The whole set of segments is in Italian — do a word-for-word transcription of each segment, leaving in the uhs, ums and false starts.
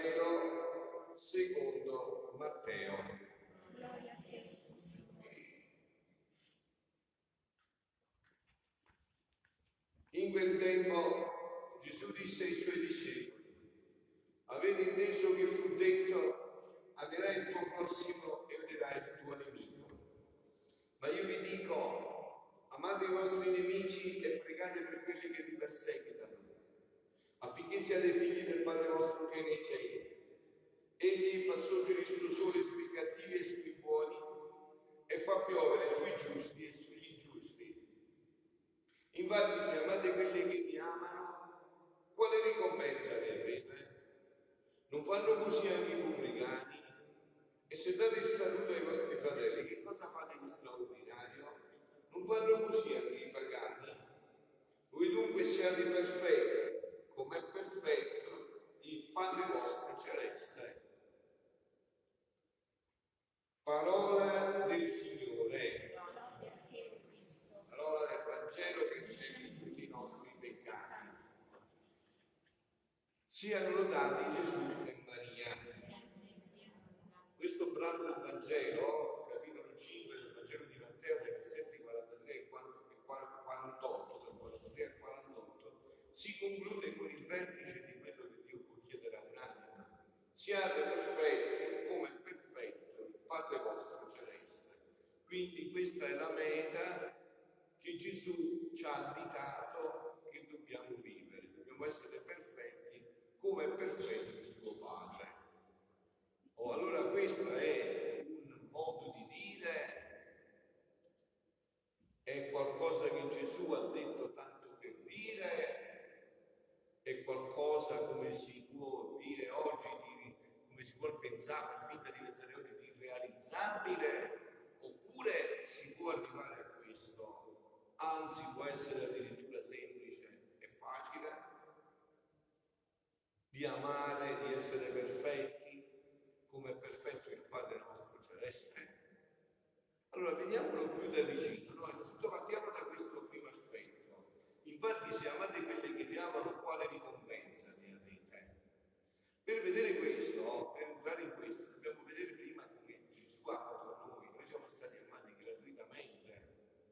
Vangelo secondo Matteo. Gloria a te, Signore. In quel tempo Gesù disse ai suoi discepoli: avete inteso che fu detto, amerai il tuo prossimo e odierai il tuo nemico. Ma io vi dico, amate i vostri nemici e pregate per quelli che vi perseguitano, affinché siate figli del Padre vostro che è nei cieli. Egli fa sorgere il suo sole sui cattivi e sui buoni e fa piovere sui giusti e sugli ingiusti. Infatti, se amate quelli che vi amano, quale ricompensa ne avete? Non fanno così anche i pubblicani? E se date il saluto ai vostri fratelli, che cosa fate di straordinario? Non fanno così anche i pagani? Voi dunque siate perfetti, come è perfetto il Padre vostro celeste. Parola del Signore. Gloria a te, Cristo. Parola del Vangelo che cancelli tutti i nostri peccati. Siano lodati Gesù e Maria. Questo brano del Vangelo, capitolo cinque del Vangelo di Matteo, dai versetti quarantatré e quarantotto, dal quarantatré al quarantotto, si conclude con il vertice di quello che Dio può chiedere a un'anima. Siate perfetti come è perfetto il Padre vostro celeste. Quindi questa è la meta che Gesù ci ha additato che dobbiamo vivere. Dobbiamo essere perfetti come è perfetto il suo Padre. Oh, allora questo è un modo di dire, è qualcosa che Gesù ha detto tanto per dire, è qualcosa come si può dire oggi, di, come si può pensare, far finta di pensare oggi di irrealizzabile, oppure si può arrivare a questo, anzi può essere addirittura semplice e facile, di amare, di essere perfetti come è perfetto il Padre nostro celeste. Allora vediamolo più da vicino. Noi innanzitutto partiamo da questo primo aspetto. Infatti, se amate quelli che vi amano, quale ricompensa ne avete? Per vedere questo, per entrare in questo, dobbiamo vedere prima come Gesù ha amato noi. Noi siamo stati amati gratuitamente.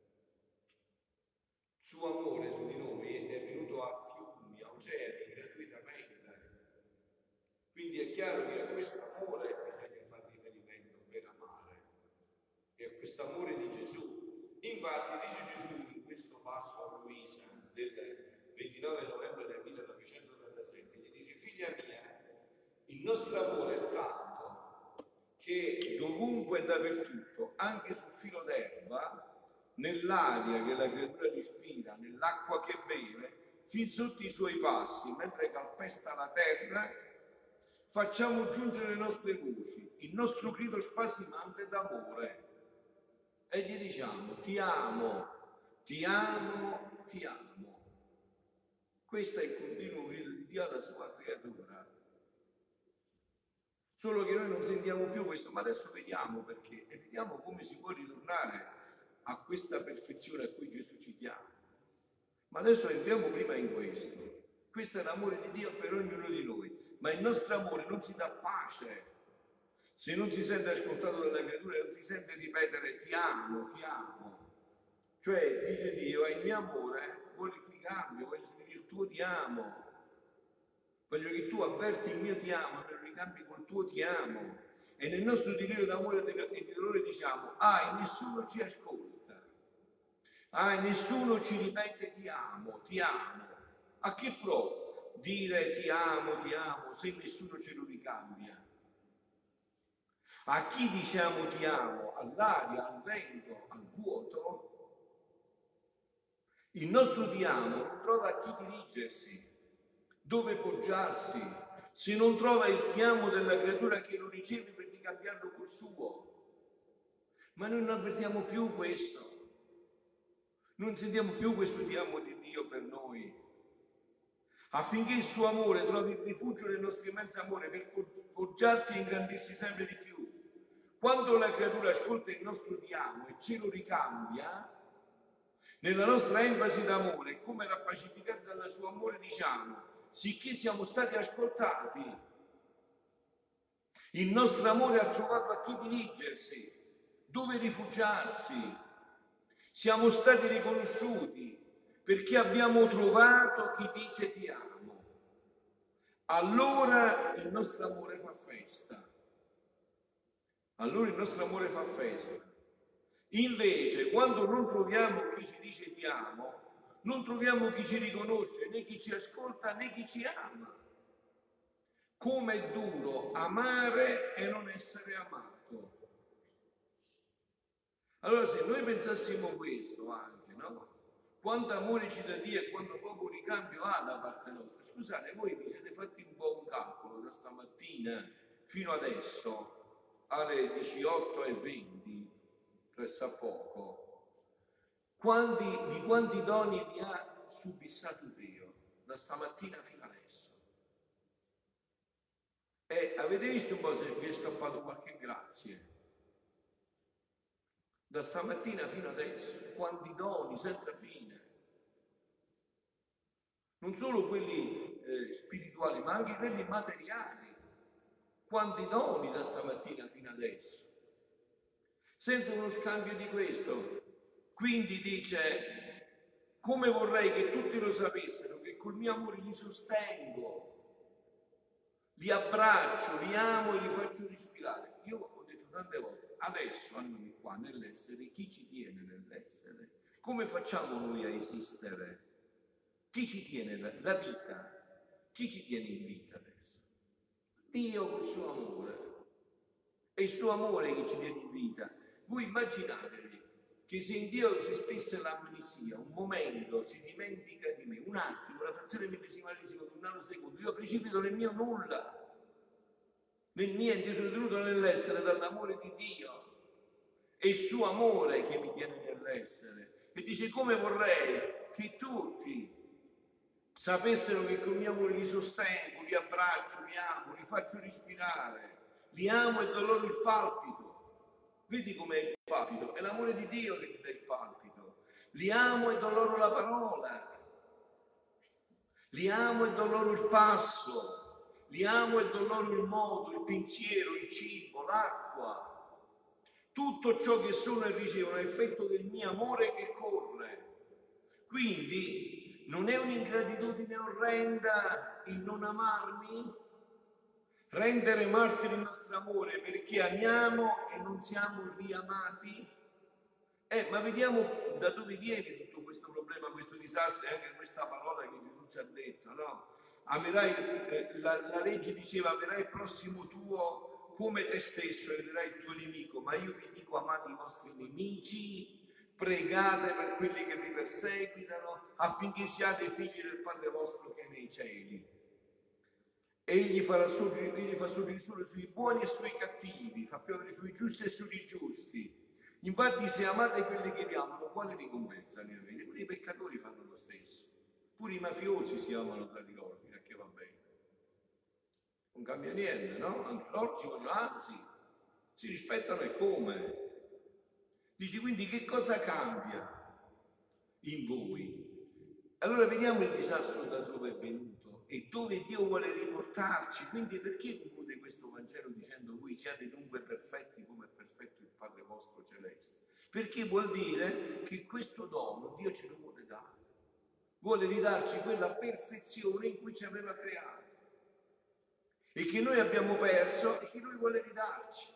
Il suo amore su di noi è venuto a fiumi, a oceani, gratuitamente. Quindi è chiaro che a questo amore bisogna fare riferimento per amare, e a questo amore di Gesù. Infatti dice Gesù in questo passo a Luisa del ventinove novembre del millenovecentotrentasette, gli dice: figlia mia, il nostro amore è tanto che dovunque e dappertutto, anche sul filo d'erba, nell'aria che la creatura respira, nell'acqua che beve, fin sotto i suoi passi, mentre calpesta la terra, facciamo giungere le nostre voci, il nostro grido spasimante d'amore, e gli diciamo: ti amo, ti amo, ti amo. Questo è il continuo grido di Dio alla sua creatura. Solo che noi non sentiamo più questo, ma adesso vediamo perché, e vediamo come si può ritornare a questa perfezione a cui Gesù ci chiama. Ma adesso entriamo prima in questo. Questo è l'amore di Dio per ognuno di noi, ma il nostro amore non si dà pace se non si sente ascoltato dalla creatura e non si sente ripetere ti amo, ti amo. Cioè, dice Dio, è il mio amore, vuole il ricambio, voglio dire il tuo ti amo. Voglio che tu avverti il mio ti amo e lo ricambi col tuo ti amo. E nel nostro delirio d'amore e di dolore diciamo: ah, nessuno ci ascolta. Ah, nessuno ci ripete ti amo, ti amo. A che pro dire ti amo, ti amo, se nessuno ce lo ricambia? A chi diciamo ti amo? All'aria, al vento, al vuoto? Il nostro ti amo non trova a chi dirigersi, dove poggiarsi, se non trova il ti amo della creatura che lo riceve per ricambiarlo col suo. Ma noi non avvertiamo più questo. Non sentiamo più questo ti amo di Dio per noi. Affinché il suo amore trovi il rifugio nel nostro immenso amore per poggiarsi e ingrandirsi sempre di più. Quando la creatura ascolta il nostro ti amo e ce lo ricambia, nella nostra enfasi d'amore, come rappacificati dal suo amore, diciamo: sicché siamo stati ascoltati, Il nostro amore ha trovato a chi dirigersi, dove rifugiarsi. Siamo stati riconosciuti perché abbiamo trovato chi dice ti amo. Allora il nostro amore fa festa. Allora il nostro amore fa festa. Invece, quando non troviamo chi ci dice ti amo, non troviamo chi ci riconosce, né chi ci ascolta, né chi ci ama. Com'è duro amare e non essere amato. Allora, se noi pensassimo questo anche, no? Quanto amore ci dà Dio e quanto poco ricambio ha da parte nostra. Scusate, voi vi siete fatti un po' un calcolo da stamattina fino adesso, alle diciotto e venti, pressa poco. Quanti, di quanti doni vi ha subissato Dio da stamattina fino adesso? E avete visto un po' se vi è scappato qualche grazie? Da stamattina fino adesso, quanti doni senza fine. Non solo quelli eh, spirituali, ma anche quelli materiali. Quanti doni da stamattina fino adesso. Senza uno scambio di questo. Quindi dice, come vorrei che tutti lo sapessero, che col mio amore li sostengo, li abbraccio, li amo e li faccio respirare. Io ho detto tante volte, adesso a noi qua nell'essere, chi ci tiene nell'essere? Come facciamo noi a esistere? Chi ci tiene la, la vita? Chi ci tiene in vita adesso? Dio col suo amore. È il suo amore che ci tiene in vita. Voi immaginatevi che se in Dio esistesse l'amnesia, un momento si dimentica di me, un attimo, una frazione millesimale di secondo, un nanosecondo, io precipito nel mio nulla, nel niente, io sono tenuto nell'essere dall'amore di Dio. È il suo amore che mi tiene nell'essere. E dice, come vorrei che tutti sapessero che con il mio amore li sostengo, li abbraccio, li amo, li faccio respirare, li amo e do loro il palpito. Vedi com'è il palpito? È l'amore di Dio che ti dà il palpito. Li amo e do loro la parola. Li amo e do loro il passo. Li amo e do loro il modo, il pensiero, il cibo, l'acqua. Tutto ciò che sono e ricevono è effetto del mio amore che corre. Quindi non è un'ingratitudine orrenda il non amarmi? Rendere martiri il nostro amore perché amiamo e non siamo riamati? Eh, ma vediamo da dove viene tutto questo problema, questo disastro e anche questa parola che Gesù ci ha detto, no? Amerai, eh, la, la legge diceva amerai il prossimo tuo come te stesso ed erai il tuo nemico, ma io vi dico amate i vostri nemici, pregate per quelli che vi perseguitano affinché siate figli del Padre vostro che è nei cieli. Egli farà sorgere, egli fa sorgere solo sui buoni e sui cattivi, fa piovere sui giusti e sugli giusti. Infatti se amate quelli che vi amano, quale ricompensa ne avete? Pure i peccatori fanno lo stesso. Pure i mafiosi si amano tra di loro, fino a che va bene. Non cambia niente, no? Anche loro si vogliono, anzi, si rispettano e come? Dici quindi che cosa cambia in voi? Allora vediamo il disastro da dove è venuto e dove Dio vuole riportarci. Quindi perché conclude questo Vangelo dicendo voi siate dunque perfetti come è perfetto il Padre vostro celeste? Perché vuol dire che questo dono Dio ce lo vuole dare. Vuole ridarci quella perfezione in cui ci aveva creato e che noi abbiamo perso e che Lui vuole ridarci.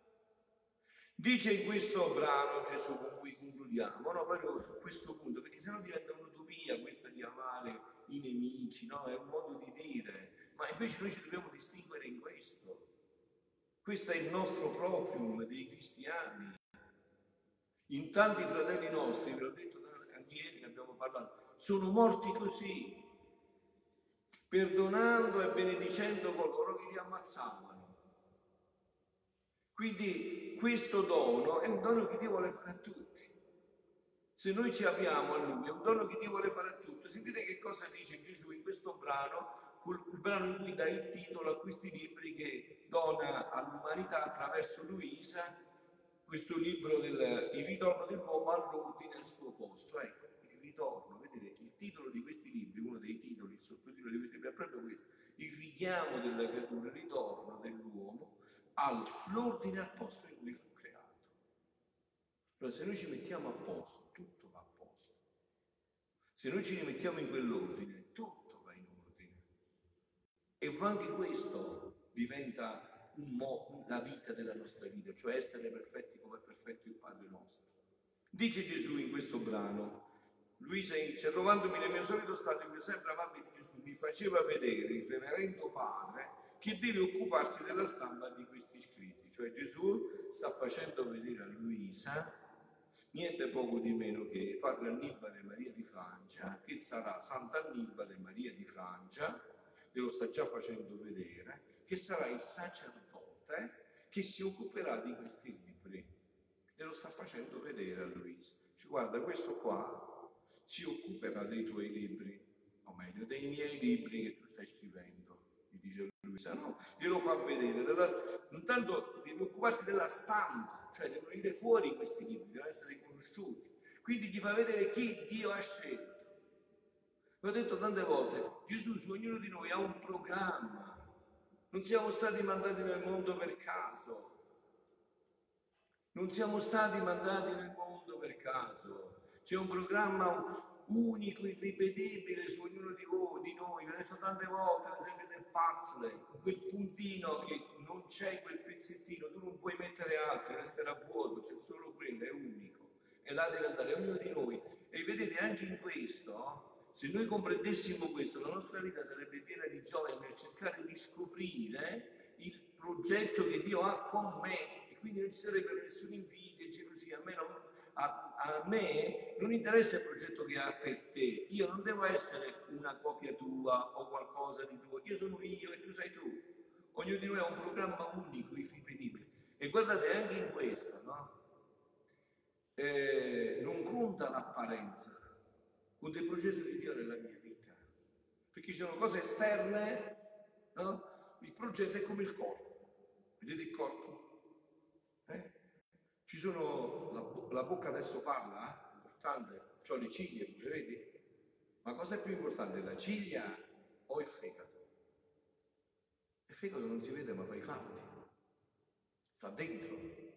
Dice in questo brano Gesù con cui concludiamo, no, proprio su questo punto, perché sennò diventa un'utopia questa di amare i nemici, no? È un modo di dire, ma invece noi ci dobbiamo distinguere in questo. Questo è il nostro proprium dei cristiani. In tanti fratelli nostri, ve l'ho detto ieri, ne abbiamo parlato, sono morti così, perdonando e benedicendo coloro che li ammazzavano. Quindi questo dono è un dono che Dio vuole fare a tutti. Se noi ci apriamo a Lui, è un dono che Dio vuole fare a tutti. Sentite che cosa dice Gesù in questo brano, il brano in cui dà il titolo a questi libri che dona all'umanità attraverso Luisa, questo libro del Il ritorno dell'uomo all'ordine al suo posto. Ecco, il ritorno, vedete, il titolo di questi libri, uno dei titoli, il sottotitolo di questi libri è proprio questo, il richiamo della creatura, il ritorno dell'uomo all'ordine al posto in cui fu creato. Allora, se noi ci mettiamo a posto, tutto va a posto. Se noi ci rimettiamo in quell'ordine, tutto va in ordine. E anche questo diventa un mo- la vita della nostra vita, cioè essere perfetti come è perfetto il Padre nostro. Dice Gesù in questo brano, Luisa inizia, trovandomi nel mio solito stato, il mio sempre amabile Gesù mi faceva vedere il reverendo padre che deve occuparsi della stampa di questi scritti. Cioè Gesù sta facendo vedere a Luisa niente poco di meno che padre Annibale Maria di Francia, che sarà Sant'Annibale Maria di Francia, glielo sta già facendo vedere, che sarà il sacerdote che si occuperà di questi libri. Glielo sta facendo vedere a Luisa. Cioè, guarda, questo qua si occuperà dei tuoi libri, o meglio, dei miei libri che tu stai scrivendo, gli dice Luisa, no? Glielo fa vedere. Della, intanto deve occuparsi della stampa, cioè devono venire fuori questi libri, devono essere conosciuti. Quindi gli fa vedere chi Dio ha scelto. L'ho detto tante volte, Gesù su ognuno di noi ha un programma. Non siamo stati mandati nel mondo per caso. Non siamo stati mandati nel mondo per caso. C'è un programma unico, irripetibile su ognuno di voi, di noi. Vi ho detto tante volte l'esempio del puzzle, quel puntino che non c'è quel pezzettino, tu non puoi mettere altro, resterà vuoto, c'è solo quello, è unico. E là deve andare ognuno di noi. E vedete, anche in questo, se noi comprendessimo questo, la nostra vita sarebbe piena di gioia nel cercare di scoprire il progetto che Dio ha con me. Quindi non ci sarebbe nessuna invidia, gelosia, a me, non, a, a me non interessa il progetto che ha per te, io non devo essere una copia tua o qualcosa di tuo, io sono io e tu sei tu, ognuno di noi ha un programma unico, irripetibile. E guardate anche in questo, no? Eh, non conta l'apparenza, conta il progetto di Dio nella mia vita, perché ci sono cose esterne, no? Il progetto è come il corpo, vedete il corpo? Eh? Ci sono, la, bo- la bocca adesso parla, eh? Importante, c'ho le ciglia pure, vedi? Ma cosa è più importante, la ciglia o il fegato? Il fegato non si vede ma fa i fatti, sta dentro.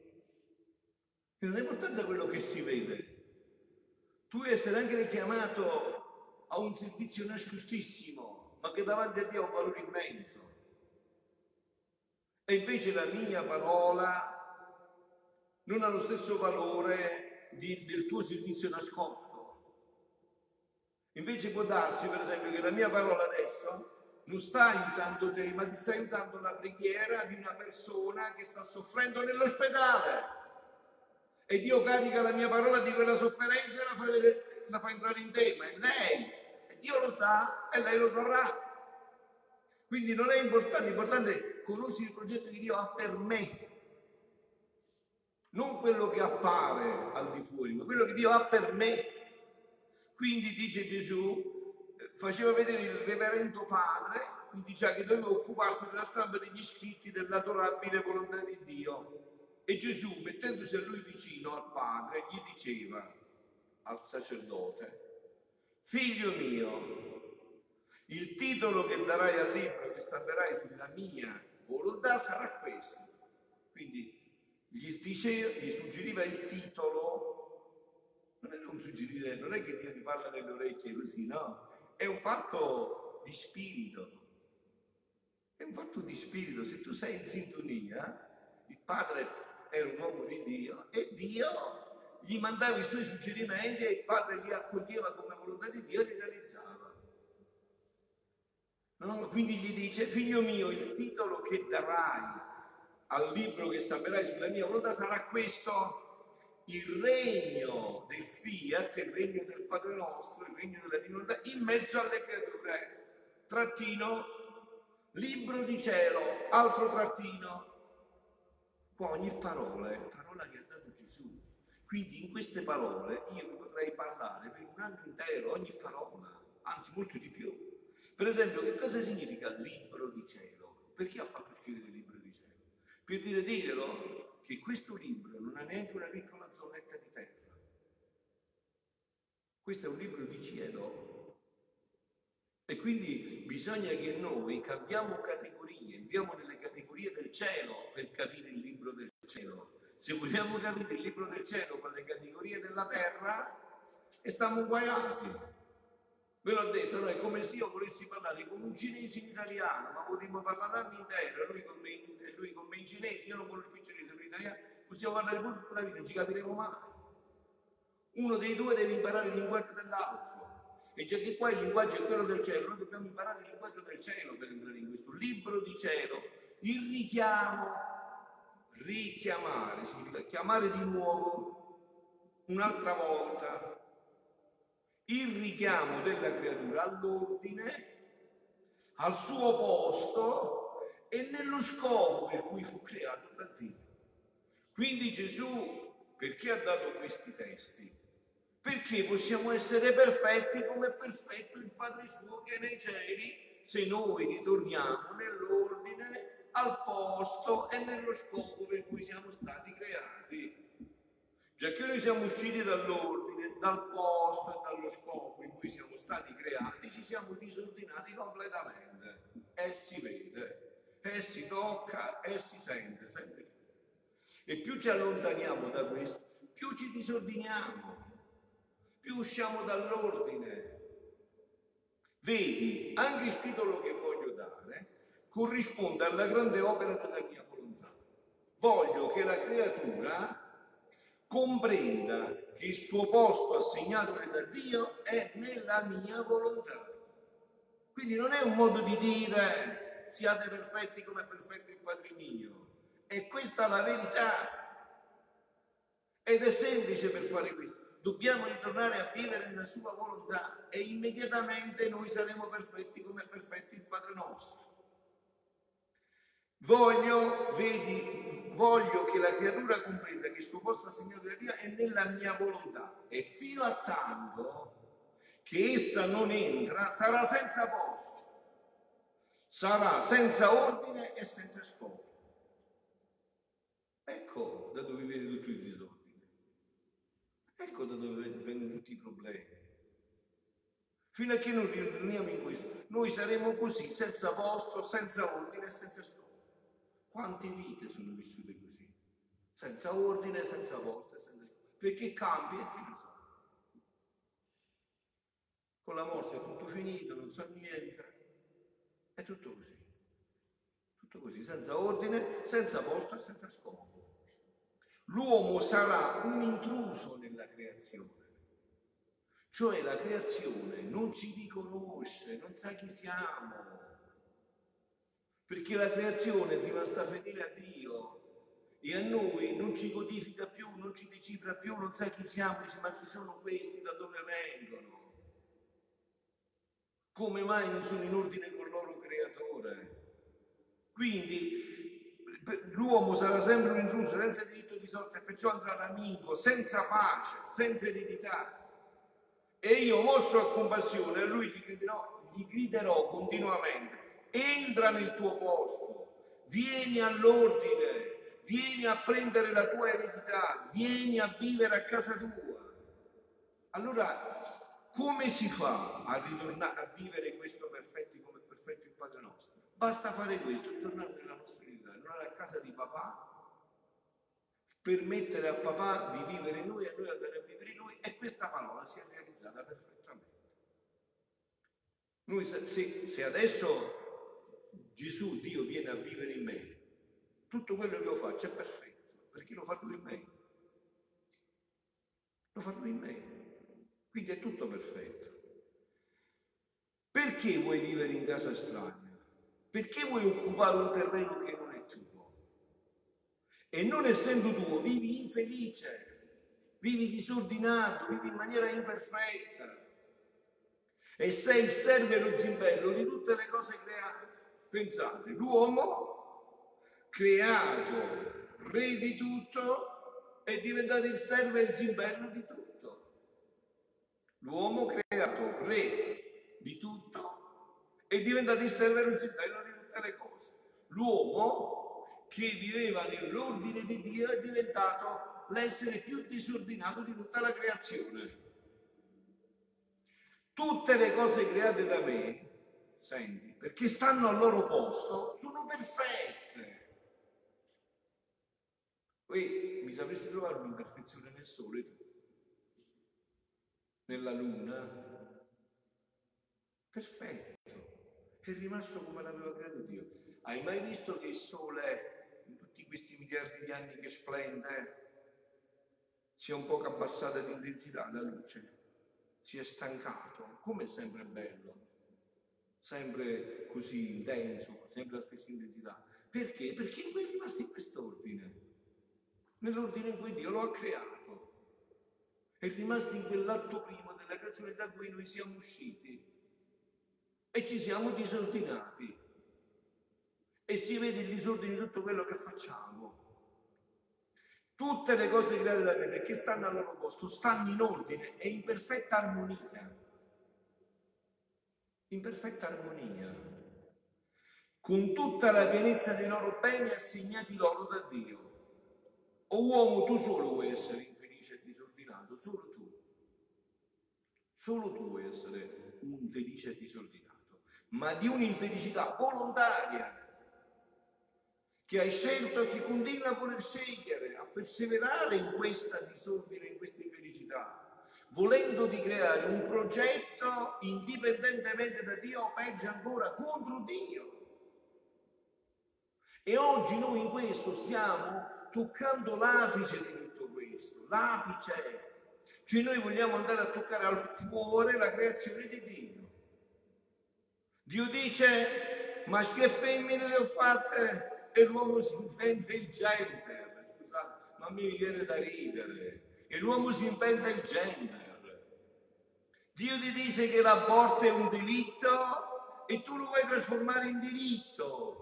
E non è importanza quello che si vede. Tu puoi essere anche chiamato a un servizio nascostissimo, ma che davanti a Dio ha un valore immenso. E invece la mia parola non ha lo stesso valore di, del tuo servizio nascosto. Invece può darsi, per esempio, che la mia parola adesso non sta aiutando te, ma ti sta aiutando la preghiera di una persona che sta soffrendo nell'ospedale. E Dio carica la mia parola di quella sofferenza e la fa, vedere, la fa entrare in te, ma è lei. E Dio lo sa e lei lo saprà. Quindi non è importante, l'importante è conoscere il progetto che Dio ha per me. Non quello che appare al di fuori, ma quello che Dio ha per me. Quindi dice Gesù, faceva vedere il reverendo padre, quindi già che doveva occuparsi della stampa degli scritti dell'adorabile volontà di Dio. E Gesù, mettendosi a lui vicino al padre, gli diceva al sacerdote, figlio mio, il titolo che darai al libro che stamperai sulla mia volontà sarà questo. Quindi gli, diceva, gli suggeriva il titolo, non è un suggerire, non è che Dio ti parla nelle orecchie così, no? È un fatto di spirito. È un fatto di spirito. Se tu sei in sintonia, il padre era un uomo di Dio e Dio gli mandava i suoi suggerimenti e il padre li accoglieva come volontà di Dio e li realizzava. No? Quindi gli dice, figlio mio, il titolo che darai al libro che stamperai sulla mia volontà sarà questo: il regno del Fiat, il regno del Padre nostro, il regno della divinità in mezzo alle creature. Trattino, libro di cielo, altro trattino. Qua ogni parola è parola che ha dato Gesù. Quindi in queste parole io vi potrei parlare per un anno intero, ogni parola, anzi molto di più. Per esempio, che cosa significa libro di cielo? Perché ha fatto scrivere il libro di cielo? Per dire, ditelo, che questo libro non ha neanche una piccola zonetta di terra. Questo è un libro di cielo. E quindi bisogna che noi cambiamo categorie, entriamo nelle categorie categorie del cielo per capire il libro del cielo. Se vogliamo capire il libro del cielo con le categorie della terra, e stiamo guaiati. Ve l'ho detto, no? È come se io volessi parlare con un cinese in italiano, ma potremmo parlare l'anno intero, lui con me, in- lui con me in cinese, io non conosco il cinese, lui in italiano, possiamo parlare pure tutta la vita, non ci capiremo mai. Uno dei due deve imparare il linguaggio dell'altro. E già che qua il linguaggio è quello del cielo, noi dobbiamo imparare il linguaggio del cielo per entrare in questo libro di cielo. Il richiamo, richiamare, significa chiamare di nuovo, un'altra volta. Il richiamo della creatura all'ordine, al suo posto e nello scopo per cui fu creato da Dio. Quindi Gesù, perché ha dato questi testi? Perché possiamo essere perfetti come è perfetto il Padre suo che è nei cieli, se noi ritorniamo nell'ordine, al posto e nello scopo per cui siamo stati creati. Già che noi siamo usciti dall'ordine, dal posto e dallo scopo in cui siamo stati creati, ci siamo disordinati completamente. E si vede, e si tocca, e si sente sempre più. E più ci allontaniamo da questo, più ci disordiniamo, più usciamo dall'ordine. Vedi, anche il titolo che voglio dare corrisponde alla grande opera della mia volontà. Voglio che la creatura comprenda che il suo posto assegnatole da Dio è nella mia volontà. Quindi non è un modo di dire siate perfetti come è perfetto il Padre mio. E questa è la verità. Ed è semplice per fare questo. Dobbiamo ritornare a vivere nella sua volontà e immediatamente noi saremo perfetti come è perfetto il Padre nostro. Voglio, vedi, voglio che la creatura comprenda che il suo posto assegnato da Dio è nella mia volontà e fino a tanto che essa non entra sarà senza posto, sarà senza ordine e senza scopo. Ecco da dove viene tutto il disordine, ecco da dove vengono tutti i problemi. Fino a che non ritorniamo in questo, noi saremo così, senza posto, senza ordine e senza scopo. Quante vite sono vissute così? Senza ordine, senza posto, senza scopo. Perché cambi e che ne so. Con la morte è tutto finito, non sa niente. È tutto così. Tutto così, senza ordine, senza posto e senza scopo. L'uomo sarà un intruso nella creazione. Cioè la creazione non ci riconosce, non sa chi siamo. Perché la creazione è rimasta fedele a Dio e a noi non ci codifica più, non ci decifra più, non sa chi siamo, dice ma chi sono questi, da dove vengono? Come mai non sono in ordine con il loro creatore? Quindi l'uomo sarà sempre un intruso, senza diritto di sorte, e perciò andrà all'amico, senza pace, senza eredità. E io, mosso a compassione, a lui gli griderò, gli griderò continuamente: entra nel tuo posto, vieni all'ordine, vieni a prendere la tua eredità, vieni a vivere a casa tua. Allora, come si fa a ritornare a vivere questo perfetti come perfetto il Padre nostro? Basta fare questo, ritornare nella nostra eredità, tornare a casa di papà, permettere a papà di vivere in noi e a noi andare a vivere in lui, e questa parola si è realizzata perfettamente. Noi se, se adesso Gesù, Dio, viene a vivere in me, tutto quello che io faccio è perfetto, perché lo fa lui in me. Lo fa lui in me. Quindi è tutto perfetto. Perché vuoi vivere in casa strana? Perché vuoi occupare un terreno che non è tuo? E non essendo tuo, vivi infelice, vivi disordinato, vivi in maniera imperfetta. E sei il servo e lo zimbello di tutte le cose create. Pensate, l'uomo creato re di tutto è diventato il servo e il zimbello di tutto. L'uomo creato re di tutto è diventato il servo e il zimbello di tutte le cose. L'uomo che viveva nell'ordine di Dio è diventato l'essere più disordinato di tutta la creazione. Tutte le cose create da me, senti, perché stanno al loro posto, sono perfette. Poi mi sapresti trovare un'imperfezione nel sole tu, nella luna? Perfetto, è rimasto come l'aveva creato Dio. Hai mai visto che il sole, in tutti questi miliardi di anni che splende, si è un po' abbassata di intensità la luce? Si è stancato? Come è sempre bello, sempre così intenso, sempre la stessa intensità. Perché? Perché noi è rimasto in quest'ordine, nell'ordine in cui Dio lo ha creato. È rimasto in quell'atto primo della creazione da cui noi siamo usciti e ci siamo disordinati. E si vede il disordine di tutto quello che facciamo. Tutte le cose create da me, perché stanno al loro posto, stanno in ordine e in perfetta armonia. In perfetta armonia. Con tutta la pienezza dei loro beni assegnati loro da Dio. O uomo, tu solo vuoi essere infelice e disordinato, solo tu. Solo tu vuoi essere infelice e disordinato, ma di un'infelicità volontaria che hai scelto e che continui a voler scegliere, a perseverare in questa disordine, in questa infelicità, volendo di creare un progetto indipendentemente da Dio o peggio ancora contro Dio. E oggi noi in questo stiamo toccando l'apice di tutto questo, l'apice. Cioè noi vogliamo andare a toccare al cuore la creazione di Dio. Dio dice, maschi e femmine le ho fatte e l'uomo si inventa il gender. Scusate, ma mi viene da ridere. E l'uomo si inventa il gender. Dio ti dice che l'aborto è un delitto e tu lo vuoi trasformare in diritto.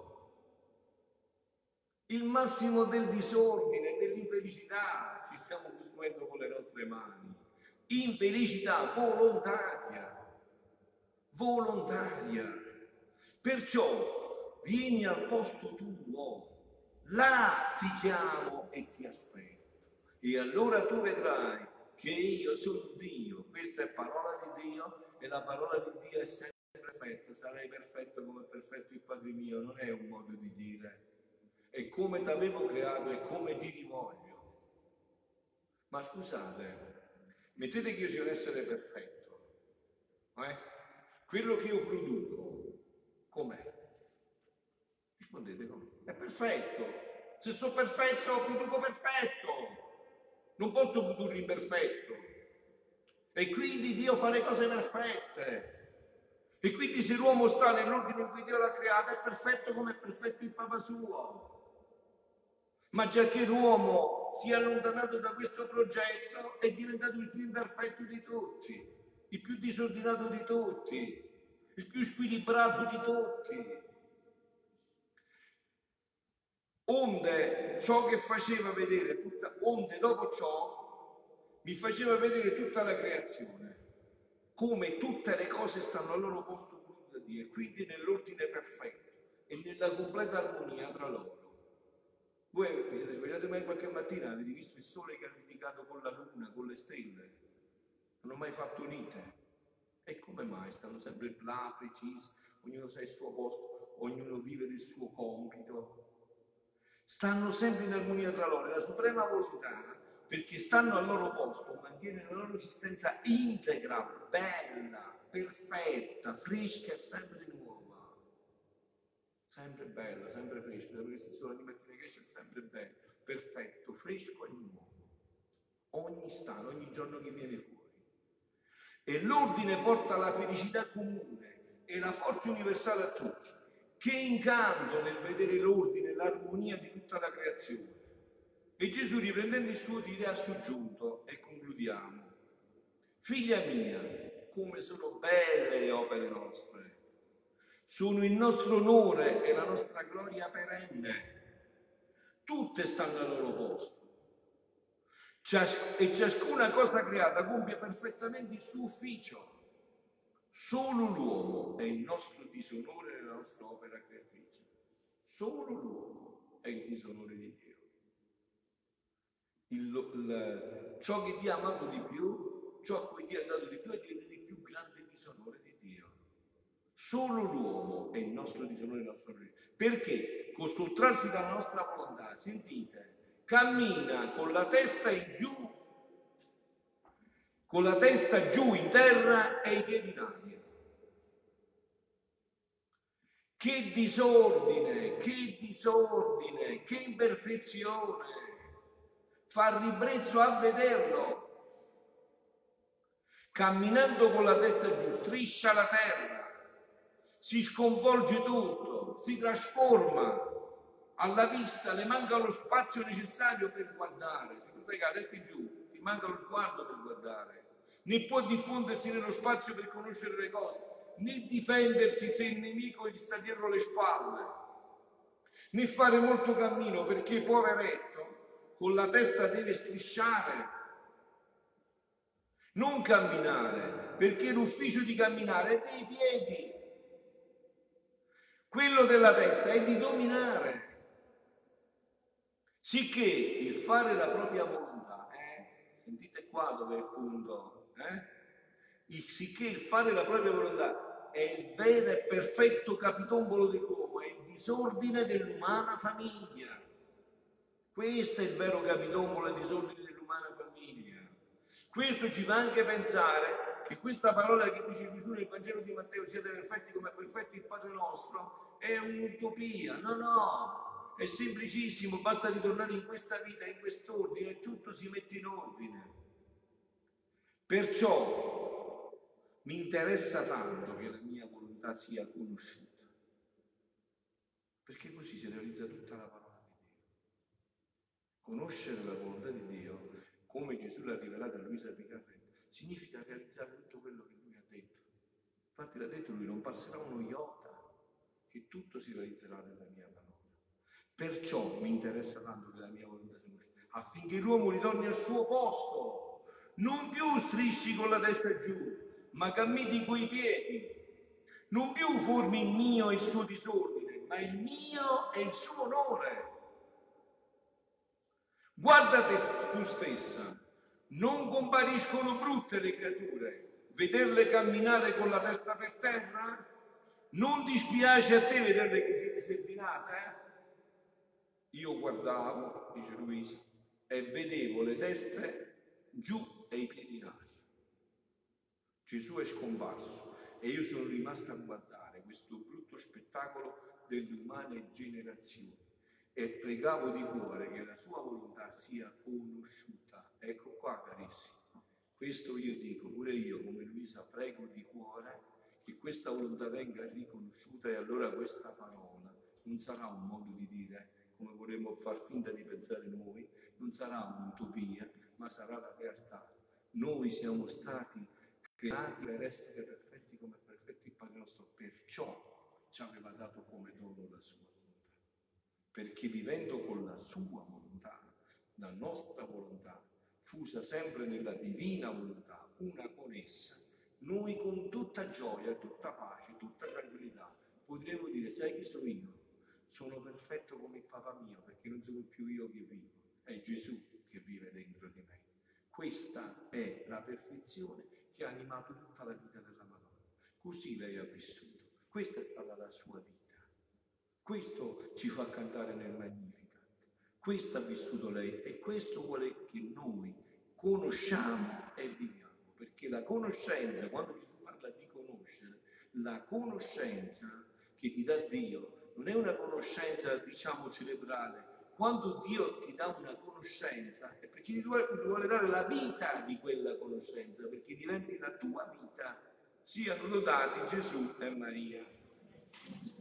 Il massimo del disordine, dell'infelicità, ci stiamo costruendo con le nostre mani. Infelicità volontaria, volontaria. Perciò vieni al posto tuo, là ti chiamo e ti aspetto. E allora tu vedrai che io sono Dio. Questa è parola di Dio e la parola di Dio è sempre perfetta. Sarai perfetto come è perfetto il Padre mio, non è un modo di dire. È come ti avevo creato e come ti rivoglio. Ma scusate, mettete che io sia un essere perfetto, eh? Quello che io produco, com'è? Rispondete com'è? È perfetto. Se sono perfetto, produco perfetto. Non posso produrre imperfetto. E quindi Dio fa le cose perfette. E quindi se l'uomo sta nell'ordine in cui Dio l'ha creato, è perfetto come è perfetto il Papa suo. Ma già che l'uomo si è allontanato da questo progetto, è diventato il più imperfetto di tutti, il più disordinato di tutti, il più squilibrato di tutti. Onde ciò che faceva vedere, tutta, onde dopo ciò mi faceva vedere tutta la creazione, come tutte le cose stanno al loro posto da Dio, e quindi nell'ordine perfetto e nella completa armonia tra loro. Voi vi siete svegliati mai qualche mattina? Avete visto il sole che ha litigato con la luna, con le stelle? Non ho mai fatto unite. E come mai? Stanno sempre là, precisi, ognuno sa il suo posto, ognuno vive del suo compito. Stanno sempre in armonia tra loro, la suprema volontà, perché stanno al loro posto, mantiene la loro esistenza integra, bella, perfetta, fresca e sempre nuova. Sempre bella, sempre fresca, perché se solo ogni mattina che esce è sempre bello, perfetto, fresco e nuovo. Ogni istante, ogni giorno che viene fuori. E l'ordine porta la felicità comune e la forza universale a tutti. Che incanto nel vedere l'ordine e l'armonia di tutta la creazione. E Gesù, riprendendo il suo dire, ha soggiunto, e concludiamo: figlia mia, come sono belle le opere nostre, sono il nostro onore e la nostra gloria perenne. Tutte stanno al loro posto. Cias- e ciascuna cosa creata compie perfettamente il suo ufficio. Solo l'uomo è il nostro disonore nella nostra opera creatrice. Solo l'uomo è il disonore di Dio. Il, il, ciò che Dio ha amato di più, ciò a cui Dio ha dato di più, è il più grande disonore di Dio. Solo l'uomo è il nostro disonore nella nostra opera. Perché? Con sottrarsi dalla nostra volontà, sentite, cammina con la testa in giù, con la testa giù in terra e i piedi in aria. Che disordine, che disordine, che imperfezione! Fa ribrezzo a vederlo. Camminando con la testa giù, striscia la terra, si sconvolge tutto, si trasforma. Alla vista le manca lo spazio necessario per guardare. Se tu fai la testa in giù, ti manca lo sguardo per guardare. Né può diffondersi nello spazio per conoscere le cose, né difendersi se il nemico gli sta dietro le spalle, né fare molto cammino, perché poveretto con la testa deve strisciare, non camminare, perché l'ufficio di camminare è dei piedi, quello della testa è di dominare. Sicché il fare la propria volontà, eh? Sentite qua dove è il punto, eh? Il, sicché il fare la propria volontà è il vero e perfetto capitombolo dell'uomo, è il disordine dell'umana famiglia. Questo è il vero capitombolo, il disordine dell'umana famiglia. Questo ci fa anche pensare che questa parola che dice Gesù nel Vangelo di Matteo, siate perfetti come è perfetto il Padre nostro, è un'utopia. No, no. È semplicissimo, basta ritornare in questa vita, in quest'ordine, e tutto si mette in ordine. Perciò mi interessa tanto che la mia volontà sia conosciuta, perché così si realizza tutta la parola di Dio. Conoscere la volontà di Dio, come Gesù l'ha rivelata a Luisa Picarretta, significa realizzare tutto quello che Lui ha detto. Infatti l'ha detto Lui, non passerà uno iota, che tutto si realizzerà nella mia parola. Perciò mi interessa tanto che la mia volontà sia conosciuta, affinché l'uomo ritorni al suo posto, non più strisci con la testa giù, ma cammini coi piedi, non più formi il mio e il suo disordine, ma il mio e il suo onore. Guardate tu stessa, non compariscono brutte le creature, vederle camminare con la testa per terra? Non dispiace a te vederle così disordinate? Eh? Io guardavo, dice Luisa, e vedevo le teste giù e i piedi in aria. Gesù è scomparso e io sono rimasta a guardare questo brutto spettacolo delle umane generazioni e pregavo di cuore che la sua volontà sia conosciuta. Ecco qua, carissimi, questo io dico, pure io come Luisa prego di cuore che questa volontà venga riconosciuta, e allora questa parola non sarà un modo di dire come vorremmo far finta di pensare noi, non sarà un'utopia, ma sarà la realtà. Noi siamo stati creati per essere perfetti come è perfetto il Padre nostro, perciò ci aveva dato come dono la sua volontà. Perché vivendo con la sua volontà, la nostra volontà, fusa sempre nella divina volontà, una con essa, noi con tutta gioia, tutta pace, tutta tranquillità potremo dire: sai chi sono io? Sono perfetto come il papà mio, perché non sono più io che vivo, è Gesù che vive dentro di me. Questa è la perfezione che ha animato tutta la vita della Madonna. Così lei ha vissuto. Questa è stata la sua vita. Questo ci fa cantare nel Magnificat. Questo ha vissuto lei e questo vuole che noi conosciamo e viviamo. Perché la conoscenza, quando Gesù parla di conoscere, la conoscenza che ti dà Dio non è una conoscenza, diciamo, cerebrale. Quando Dio ti dà una conoscenza è perché ti vuole dare la vita di quella conoscenza, perché diventi la tua vita. Siano lodati Gesù e Maria.